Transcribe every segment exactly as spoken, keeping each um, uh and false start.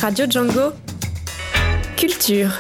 Radio Django. Culture.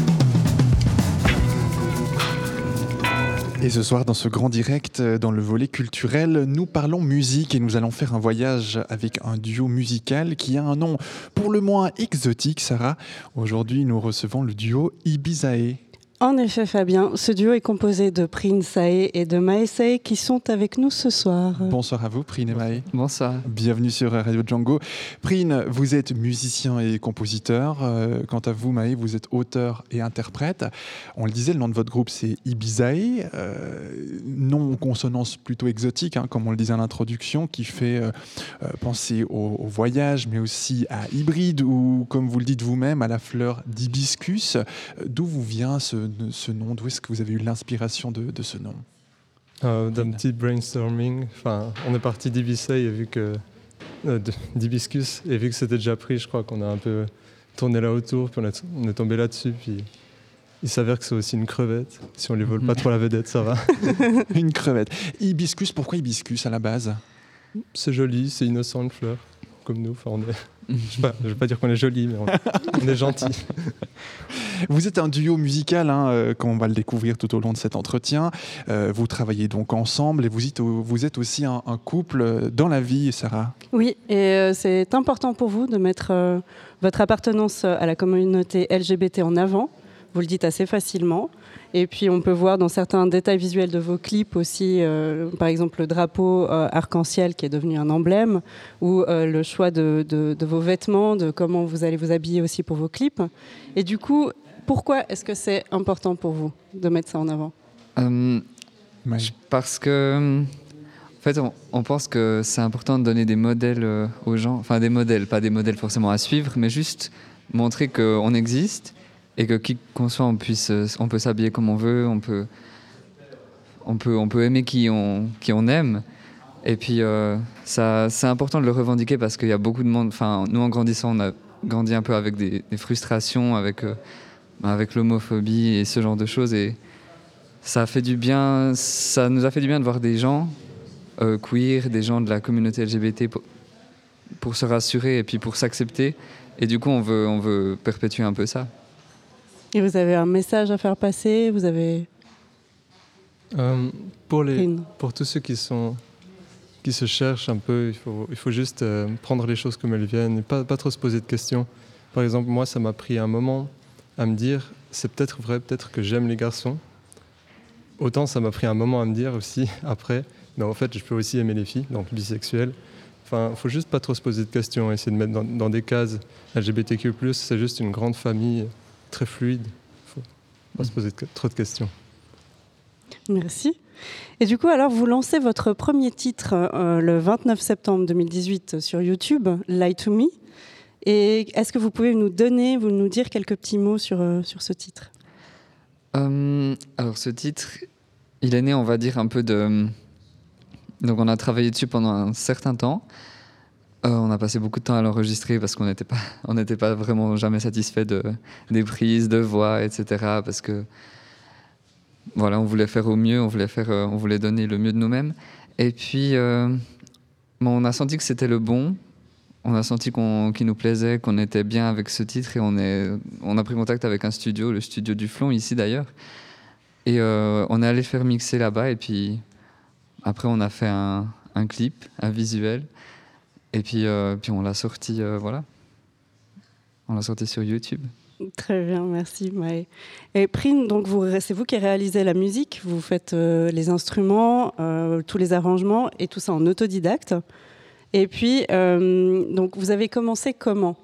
Et ce soir, dans ce grand direct, dans le volet culturel, nous parlons musique et nous allons faire un voyage avec un duo musical qui a un nom pour le moins exotique, Sarah. Aujourd'hui, nous recevons le duo Ibizae. En effet, Fabien, ce duo est composé de Prine Sae et de Mae Sae qui sont avec nous ce soir. Bonsoir à vous, Prine et Mae. Bonsoir. Bienvenue sur Radio Django. Prine, vous êtes musicien et compositeur. Euh, quant à vous, Mae, vous êtes auteur et interprète. On le disait, le nom de votre groupe, c'est Ibizae. Euh, nom en consonance plutôt exotique, hein, comme on le disait à l'introduction, qui fait euh, euh, penser au, au voyage, mais aussi à hybride ou, comme vous le dites vous-même, à la fleur d'hibiscus. D'où vous vient ce ce nom, d'où est-ce que vous avez eu l'inspiration de, de ce nom? euh, D'un petit brainstorming. Enfin, on est parti d'Ibizae et vu que euh, d'hibiscus et vu que c'était déjà pris, je crois qu'on a un peu tourné là autour, puis on est, on est tombé là-dessus. Puis il s'avère que c'est aussi une crevette. Si on lui vole pas trop la vedette, ça va. Une crevette. Hibiscus, pourquoi hibiscus à la base? C'est joli, c'est innocent une fleur, comme nous. Enfin, on est. Je ne vais pas dire qu'on est joli, mais on, on est gentil. Vous êtes un duo musical, hein, euh, comme on va le découvrir tout au long de cet entretien. Euh, vous travaillez donc ensemble et vous êtes, vous êtes aussi un, un couple dans la vie, Sarah. Oui, et euh, c'est important pour vous de mettre euh, votre appartenance à la communauté L G B T en avant. Vous le dites assez facilement. Et puis on peut voir dans certains détails visuels de vos clips aussi, euh, par exemple le drapeau euh, arc-en-ciel qui est devenu un emblème, ou euh, le choix de, de, de vos vêtements, de comment vous allez vous habiller aussi pour vos clips. Et du coup, pourquoi est-ce que c'est important pour vous de mettre ça en avant? euh, Parce que, en fait, on, on pense que c'est important de donner des modèles euh, aux gens, enfin des modèles, pas des modèles forcément à suivre, mais juste montrer qu'on existe. Et que qui qu'on soit, on, puisse, on peut s'habiller comme on veut, on peut, on peut, on peut aimer qui on, qui on aime. Et puis, euh, ça, c'est important de le revendiquer parce qu'il y a beaucoup de monde. Enfin, nous, en grandissant, on a grandi un peu avec des, des frustrations, avec, euh, avec l'homophobie et ce genre de choses. Et ça a fait du bien, ça nous a fait du bien de voir des gens euh, queer, des gens de la communauté L G B T pour, pour se rassurer et puis pour s'accepter. Et du coup, on veut, on veut perpétuer un peu ça. Et vous avez un message à faire passer, vous avez... Euh, pour, les, pour tous ceux qui, sont, qui se cherchent un peu, il faut, il faut juste euh, prendre les choses comme elles viennent et pas, pas trop se poser de questions. Par exemple, moi, ça m'a pris un moment à me dire, c'est peut-être vrai, peut-être que j'aime les garçons. Autant ça m'a pris un moment à me dire aussi, après, mais en fait, je peux aussi aimer les filles, donc bisexuel. Enfin, il ne faut juste pas trop se poser de questions, essayer de mettre dans, dans des cases L G B T Q plus, c'est juste une grande famille très fluide. Il ne faut pas mmh. se poser de, trop de questions. Merci. Et du coup, alors, vous lancez votre premier titre euh, le vingt-neuf septembre deux mille dix-huit sur YouTube, Lie to Me. Et est-ce que vous pouvez nous donner, vous nous dire quelques petits mots sur, euh, sur ce titre? euh, Alors, ce titre, il est né, on va dire, un peu de... Donc, on a travaillé dessus pendant un certain temps. Euh, on a passé beaucoup de temps à l'enregistrer parce qu'on n'était pas, on n'était pas vraiment jamais satisfait de, des prises, de voix, et cetera. Parce que voilà, on voulait faire au mieux, on voulait, faire, euh, on voulait donner le mieux de nous-mêmes. Et puis, euh, bon, on a senti que c'était le bon. On a senti qu'on, qu'il nous plaisait, qu'on était bien avec ce titre. Et on, est, on a pris contact avec un studio, le studio du Flon, ici d'ailleurs. Et euh, on est allé faire mixer là-bas. Et puis, après, on a fait un, un clip, un visuel. Et puis, euh, puis on l'a sorti, euh, voilà. On l'a sorti sur YouTube. Très bien, merci Mae. Et Prine, donc vous, c'est vous qui réalisez la musique, vous faites euh, les instruments, euh, tous les arrangements et tout ça en autodidacte. Et puis, euh, donc vous avez commencé comment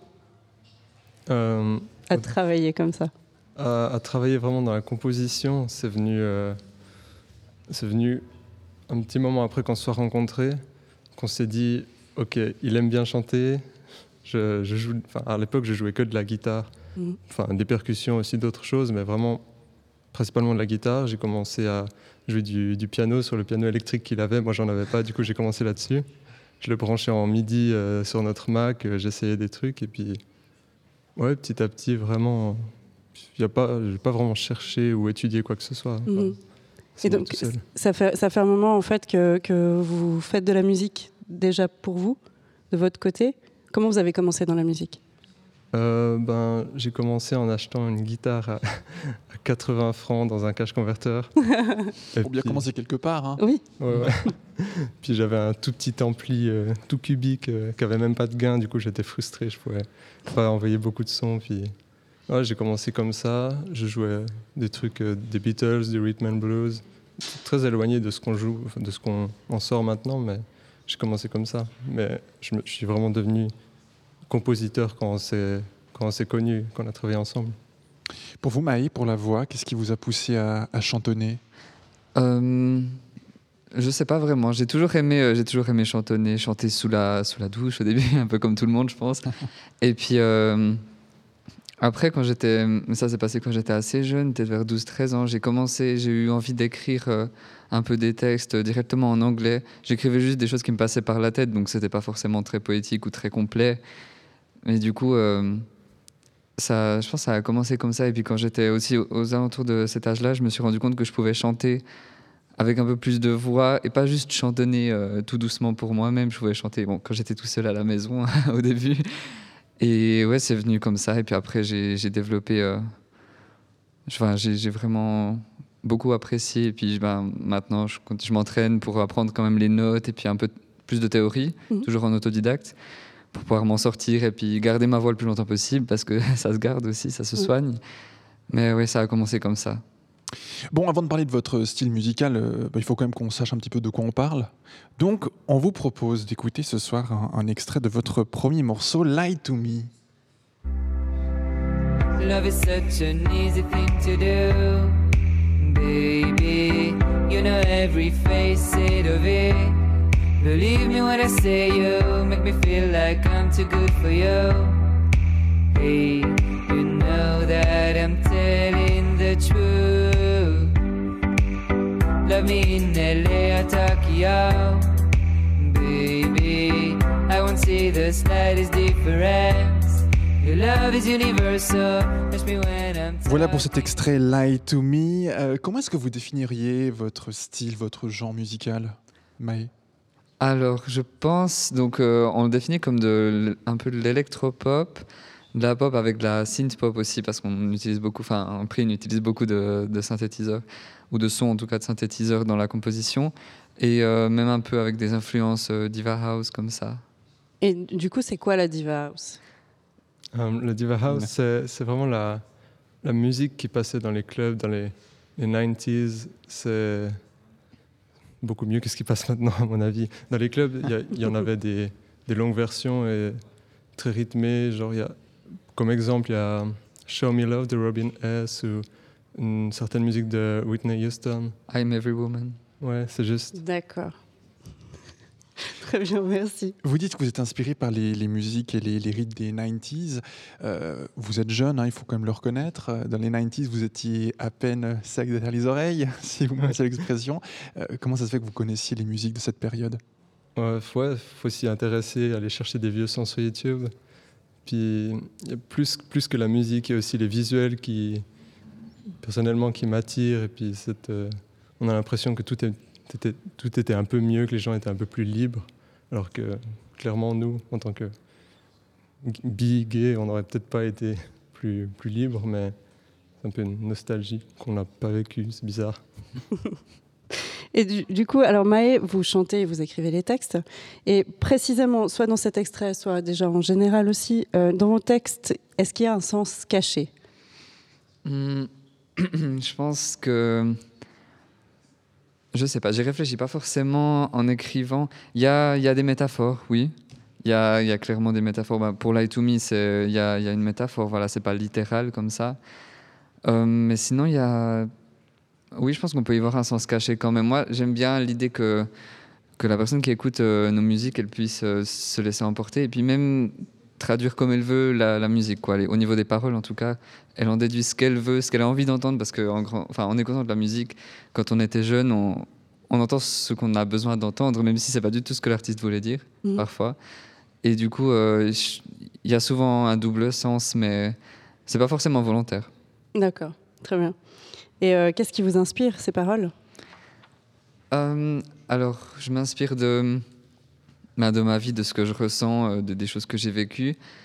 euh, à travailler comme ça? à, à travailler vraiment dans la composition, c'est venu, euh, c'est venu un petit moment après qu'on se soit rencontrés, qu'on s'est dit... Ok, il aime bien chanter. Je, je joue, enfin, à l'époque, je jouais que de la guitare, mmh. enfin, des percussions aussi, d'autres choses, mais vraiment principalement de la guitare. J'ai commencé à jouer du, du piano sur le piano électrique qu'il avait. Moi, j'en avais pas, du coup, j'ai commencé là-dessus. Je le branchais en MIDI euh, sur notre Mac, euh, j'essayais des trucs, et puis, ouais, petit à petit, vraiment, y a pas, j'ai pas vraiment cherché ou étudié quoi que ce soit. Mmh. Enfin, et donc, ça fait, ça fait un moment en fait que, que vous faites de la musique déjà pour vous, de votre côté. Comment vous avez commencé dans la musique? Euh, ben, j'ai commencé en achetant une guitare à, à quatre-vingts francs dans un cash converter. Pour bien commencer quelque part. Hein. Oui. Ouais, ouais. Puis j'avais un tout petit ampli euh, tout cubique euh, qui avait même pas de gain. Du coup, j'étais frustré. Je pouvais pas envoyer beaucoup de sons. Puis ouais, j'ai commencé comme ça. Je jouais des trucs euh, des Beatles, du rhythm and blues, très éloigné de ce qu'on joue, de ce qu'on en sort maintenant. Mais j'ai commencé comme ça. Mais je, me, je suis vraiment devenu compositeur quand on s'est quand on s'est connus, quand on a travaillé ensemble. Pour vous, Maë, pour la voix, qu'est-ce qui vous a poussé à, à chantonner? Euh, je sais pas vraiment. J'ai toujours aimé, euh, j'ai toujours aimé chantonner, chanter sous la, sous la douche au début, un peu comme tout le monde, je pense. Et puis euh, après, quand j'étais, ça s'est passé quand j'étais assez jeune, peut-être vers douze treize ans, j'ai commencé, j'ai eu envie d'écrire euh, un peu des textes directement en anglais. J'écrivais juste des choses qui me passaient par la tête, donc c'était pas forcément très poétique ou très complet. Mais du coup, euh, ça, je pense que ça a commencé comme ça. Et puis quand j'étais aussi aux, aux alentours de cet âge-là, je me suis rendu compte que je pouvais chanter avec un peu plus de voix et pas juste chantonner euh, tout doucement pour moi-même. Je pouvais chanter bon, quand j'étais tout seul à la maison au début. Et ouais, c'est venu comme ça. Et puis après, j'ai, j'ai développé... Euh, enfin, j'ai, j'ai vraiment beaucoup apprécié. Et puis ben, maintenant, je, je m'entraîne pour apprendre quand même les notes et puis un peu plus de théorie, mmh. toujours en autodidacte, pour pouvoir m'en sortir et puis garder ma voix le plus longtemps possible, parce que ça se garde aussi, ça se soigne. Mais oui, ça a commencé comme ça. Bon, avant de parler de votre style musical, euh, bah, il faut quand même qu'on sache un petit peu de quoi on parle. Donc, on vous propose d'écouter ce soir un, un extrait de votre premier morceau, Lie to Me. Love is such an easy thing to do, baby. You know every facet of it. Believe me when I say you make me feel like I'm too good for you. Hey, you know that I'm telling the truth. Love me in L A or Tokyo, baby. I won't see the slightest difference. Your love is universal. Touch me when I'm Voilà pour cet extrait Lie to Me. Euh, comment est-ce que vous définiriez votre style, votre genre musical, Maë? Alors, je pense, donc euh, on le définit comme de, un peu de l'électropop, de la pop avec de la synth-pop aussi, parce qu'on utilise beaucoup, enfin, Prine utilise beaucoup de, de synthétiseurs, ou de sons en tout cas de synthétiseurs dans la composition, et euh, même un peu avec des influences euh, Diva House comme ça. Et du coup, c'est quoi la Diva House? um, Le Diva House, c'est, c'est vraiment la, la musique qui passait dans les clubs, dans les, les quatre-vingt-dix. C'est beaucoup mieux que ce qui passe maintenant, à mon avis. Dans les clubs, il y, y en avait des, des longues versions et très rythmées. Genre, y a, comme exemple, il y a Show Me Love de Robin S. ou une certaine musique de Whitney Houston. I'm Every Woman. Ouais, c'est juste. D'accord. Très bien, merci. Vous dites que vous êtes inspiré par les, les musiques et les, les rythmes des quatre-vingt-dix. Euh, vous êtes jeune, hein, il faut quand même le reconnaître. Dans les quatre-vingt-dix, vous étiez à peine sec derrière les oreilles, si vous me passez l'expression. Euh, comment ça se fait que vous connaissiez les musiques de cette période? Ouais, faut, faut s'y intéresser, aller chercher des vieux sons sur YouTube. Puis, il y a plus, plus que la musique, il y a aussi les visuels qui, personnellement, qui m'attirent. Et puis, cette, euh, on a l'impression que tout est Était, tout était un peu mieux, que les gens étaient un peu plus libres, alors que clairement nous, en tant que bi, gay, on n'aurait peut-être pas été plus, plus libres, mais c'est un peu une nostalgie qu'on n'a pas vécue, c'est bizarre. Et du, du coup, alors Maë, vous chantez et vous écrivez les textes, et précisément, soit dans cet extrait, soit déjà en général aussi, euh, dans vos textes, est-ce qu'il y a un sens caché? Mmh, je pense que... Je sais pas, j'y réfléchis pas forcément en écrivant. Il y a, y a des métaphores, oui. Il y a, y a clairement des métaphores. Bah, pour Lie to Me, il y a, y a une métaphore, voilà, c'est pas littéral comme ça. Euh, mais sinon, il y a... Oui, je pense qu'on peut y voir un sens caché quand même. Moi, j'aime bien l'idée que, que la personne qui écoute euh, nos musiques, elle puisse euh, se laisser emporter et puis même traduire comme elle veut la, la musique, quoi. Au niveau des paroles, en tout cas, elle en déduit ce qu'elle veut, ce qu'elle a envie d'entendre, parce qu'en grand... enfin, en écoutant de la musique, quand on était jeune, on, on entend ce qu'on a besoin d'entendre, même si c'est pas du tout ce que l'artiste voulait dire, mmh. parfois. Et du coup, il euh, y a souvent un double sens, mais c'est pas forcément volontaire. D'accord, très bien. Et euh, qu'est-ce qui vous inspire, ces paroles? euh, Alors, je m'inspire de... de ma vie, de ce que je ressens, de, des choses que j'ai vécues.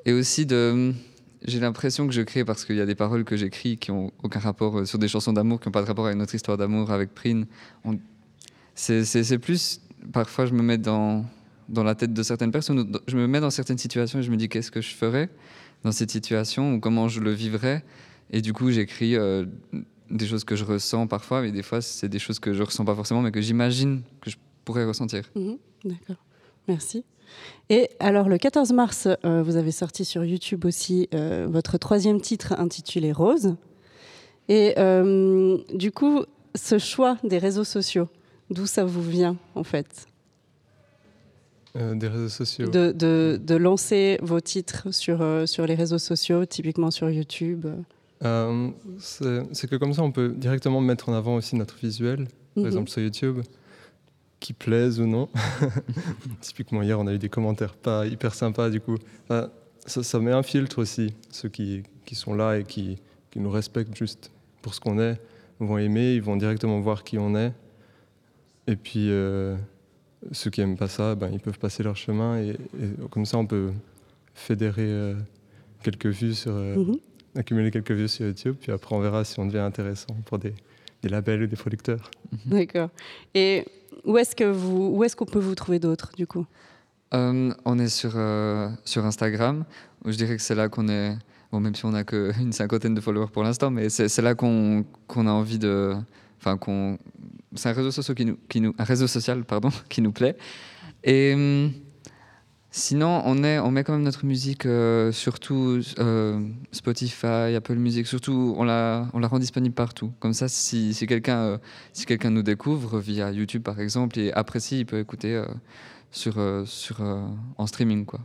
et aussi de... J'ai l'impression que je crée parce qu'il y a des paroles que j'écris qui n'ont aucun rapport, euh, sur des chansons d'amour, qui n'ont pas de rapport avec notre histoire d'amour avec Prine. On... C'est, c'est, c'est plus... Parfois, je me mets dans, dans la tête de certaines personnes, je me mets dans certaines situations et je me dis qu'est-ce que je ferais dans cette situation ou comment je le vivrais. Et du coup, j'écris euh, des choses que je ressens parfois, mais des fois, c'est des choses que je ne ressens pas forcément, mais que j'imagine que je pourrais ressentir. Mmh, d'accord, merci. Et alors, le quatorze mars, euh, vous avez sorti sur YouTube aussi euh, votre troisième titre intitulé Rose. Et euh, du coup, ce choix des réseaux sociaux, d'où ça vous vient, en fait ? Euh, des réseaux sociaux. De, de, de lancer vos titres sur, euh, sur les réseaux sociaux, typiquement sur YouTube. Euh, c'est, c'est que comme ça, on peut directement mettre en avant aussi notre visuel, par Mm-hmm. exemple sur YouTube, qui plaise ou non. Typiquement, hier, on a eu des commentaires pas hyper sympas, du coup. Enfin, ça, ça met un filtre aussi. Ceux qui, qui sont là et qui, qui nous respectent juste pour ce qu'on est vont aimer, ils vont directement voir qui on est. Et puis... Euh, ceux qui n'aiment pas ça, ben, ils peuvent passer leur chemin et, et comme ça on peut fédérer euh, quelques vues sur, euh, mm-hmm. accumuler quelques vues sur YouTube, puis après on verra si on devient intéressant pour des, des labels ou des producteurs. Mm-hmm. D'accord. Et où est-ce, que vous, où est-ce qu'on peut vous trouver d'autres du coup ? euh, On est sur, euh, sur Instagram, où je dirais que c'est là qu'on est, bon, même si on n'a qu'une cinquantaine de followers pour l'instant, mais c'est, c'est là qu'on, qu'on a envie de... Enfin, qu'on... C'est un réseau social qui nous, qui nous, un réseau social, pardon, qui nous plaît. Et hum, sinon, on, est, on met quand même notre musique, euh, surtout euh, Spotify, Apple Music, surtout, on la, on la rend disponible partout. Comme ça, si, si, quelqu'un, euh, si quelqu'un nous découvre via YouTube, par exemple, et apprécie, il peut écouter euh, sur, euh, sur, euh, en streaming, quoi.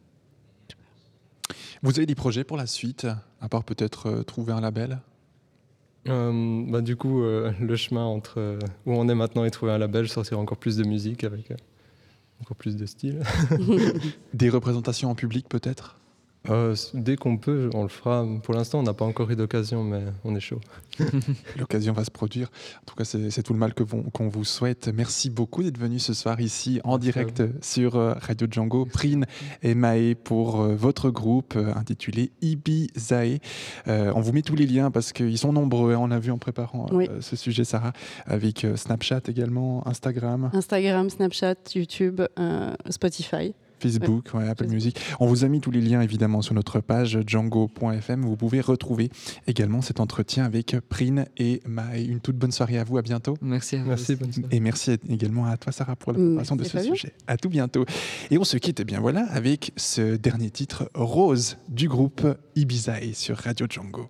Vous avez des projets pour la suite, à part peut-être euh, trouver un label ? Euh, bah, du coup, euh, le chemin entre euh, où on est maintenant et trouver un label, sortir encore plus de musique avec euh, encore plus de style. Des représentations en public peut-être ? euh, Dès qu'on peut, on le fera. Pour l'instant, on n'a pas encore eu d'occasion, mais on est chaud. L'occasion va se produire. En tout cas, c'est, c'est tout le mal que vont, qu'on vous souhaite. Merci beaucoup d'être venu ce soir ici en Merci direct sur euh, Radio Django. Prine et Maë pour euh, votre groupe euh, intitulé Ibizae. Euh, on vous met tous les liens parce qu'ils sont nombreux. Hein, on a vu en préparant euh, oui. ce sujet, Sarah, avec euh, Snapchat également, Instagram. Instagram, Snapchat, YouTube, euh, Spotify. Facebook, ouais, Apple Facebook. Music. On vous a mis tous les liens évidemment sur notre page django point f m. Vous pouvez retrouver également cet entretien avec Prine et Maë. Une toute bonne soirée à vous, à bientôt. Merci à vous. Merci, bonne soirée. Et merci également à toi, Sarah, pour la préparation de ce sujet. Bien. À tout bientôt. Et on se quitte, bien voilà, avec ce dernier titre, Rose, du groupe Ibizae sur Radio Django.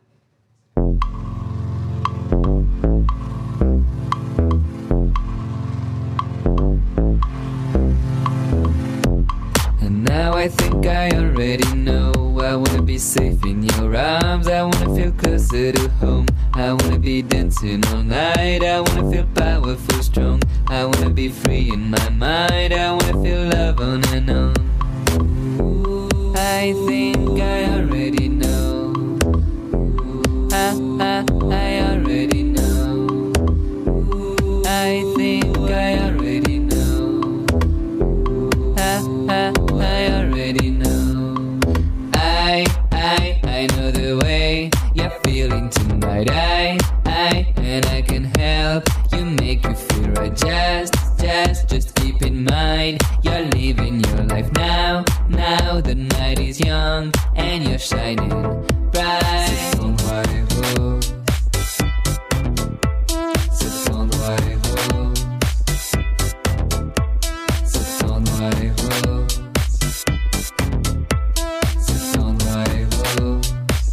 Now I think I already know. I wanna be safe in your arms. I wanna feel closer to home. I wanna be dancing all night. I wanna feel powerful, strong. I wanna be free in my mind. I wanna feel love on and on. I think I already know. I, I, I already know. I think I already know. I, I, I already know. I, I, I know the way you're feeling tonight. I, I, and I can help you, make you feel right. Just, just, just keep in mind you're living your life now. Now the night is young and you're shining bright. Cet endroit est rose. Cet endroit est rose. Cet endroit est rose. Cet endroit est rose.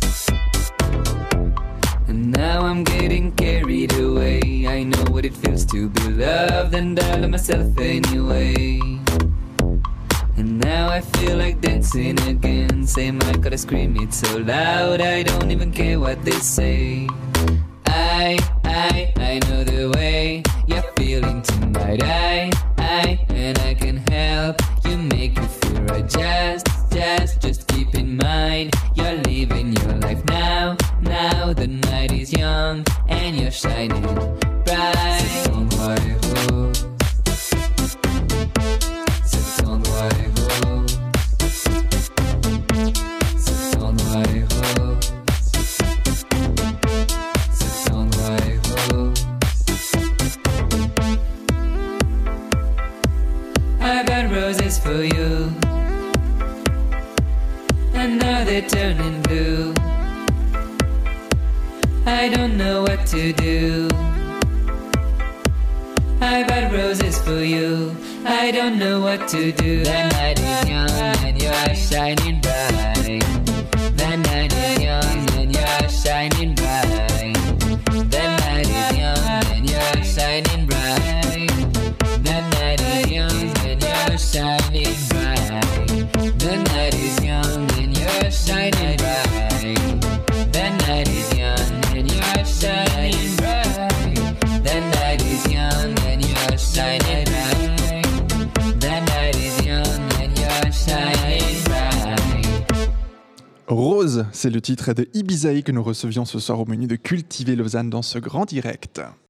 And now I'm getting carried away. I know what it feels to be loved, and I love myself anyway. And now I feel like dancing again. Same, I gotta scream it so loud. I don't even care what they say. I, I, I know the way you're feeling tonight. I, I, and I can help you, make you feel right. Just, just, just keep in mind you're living your life now. Now the night is young and you're shining bright. Cet endroit est rose. Cet endroit est rose. and now they're turning blue. I don't know what to do. I bought roses for you. I don't know what to do. The night is young and you're shining bright. The night is young and you're shining bright. The night is young and you're shining bright. The night is young and you're shining bright. The night is young and you're shining bright. The night is young and you're shining bright. The night is young and you're shining bright. The night is young and you're shining bright. Rose, c'est le titre de Ibizaï que nous recevions ce soir au menu de Cultiver Lausanne dans ce grand direct.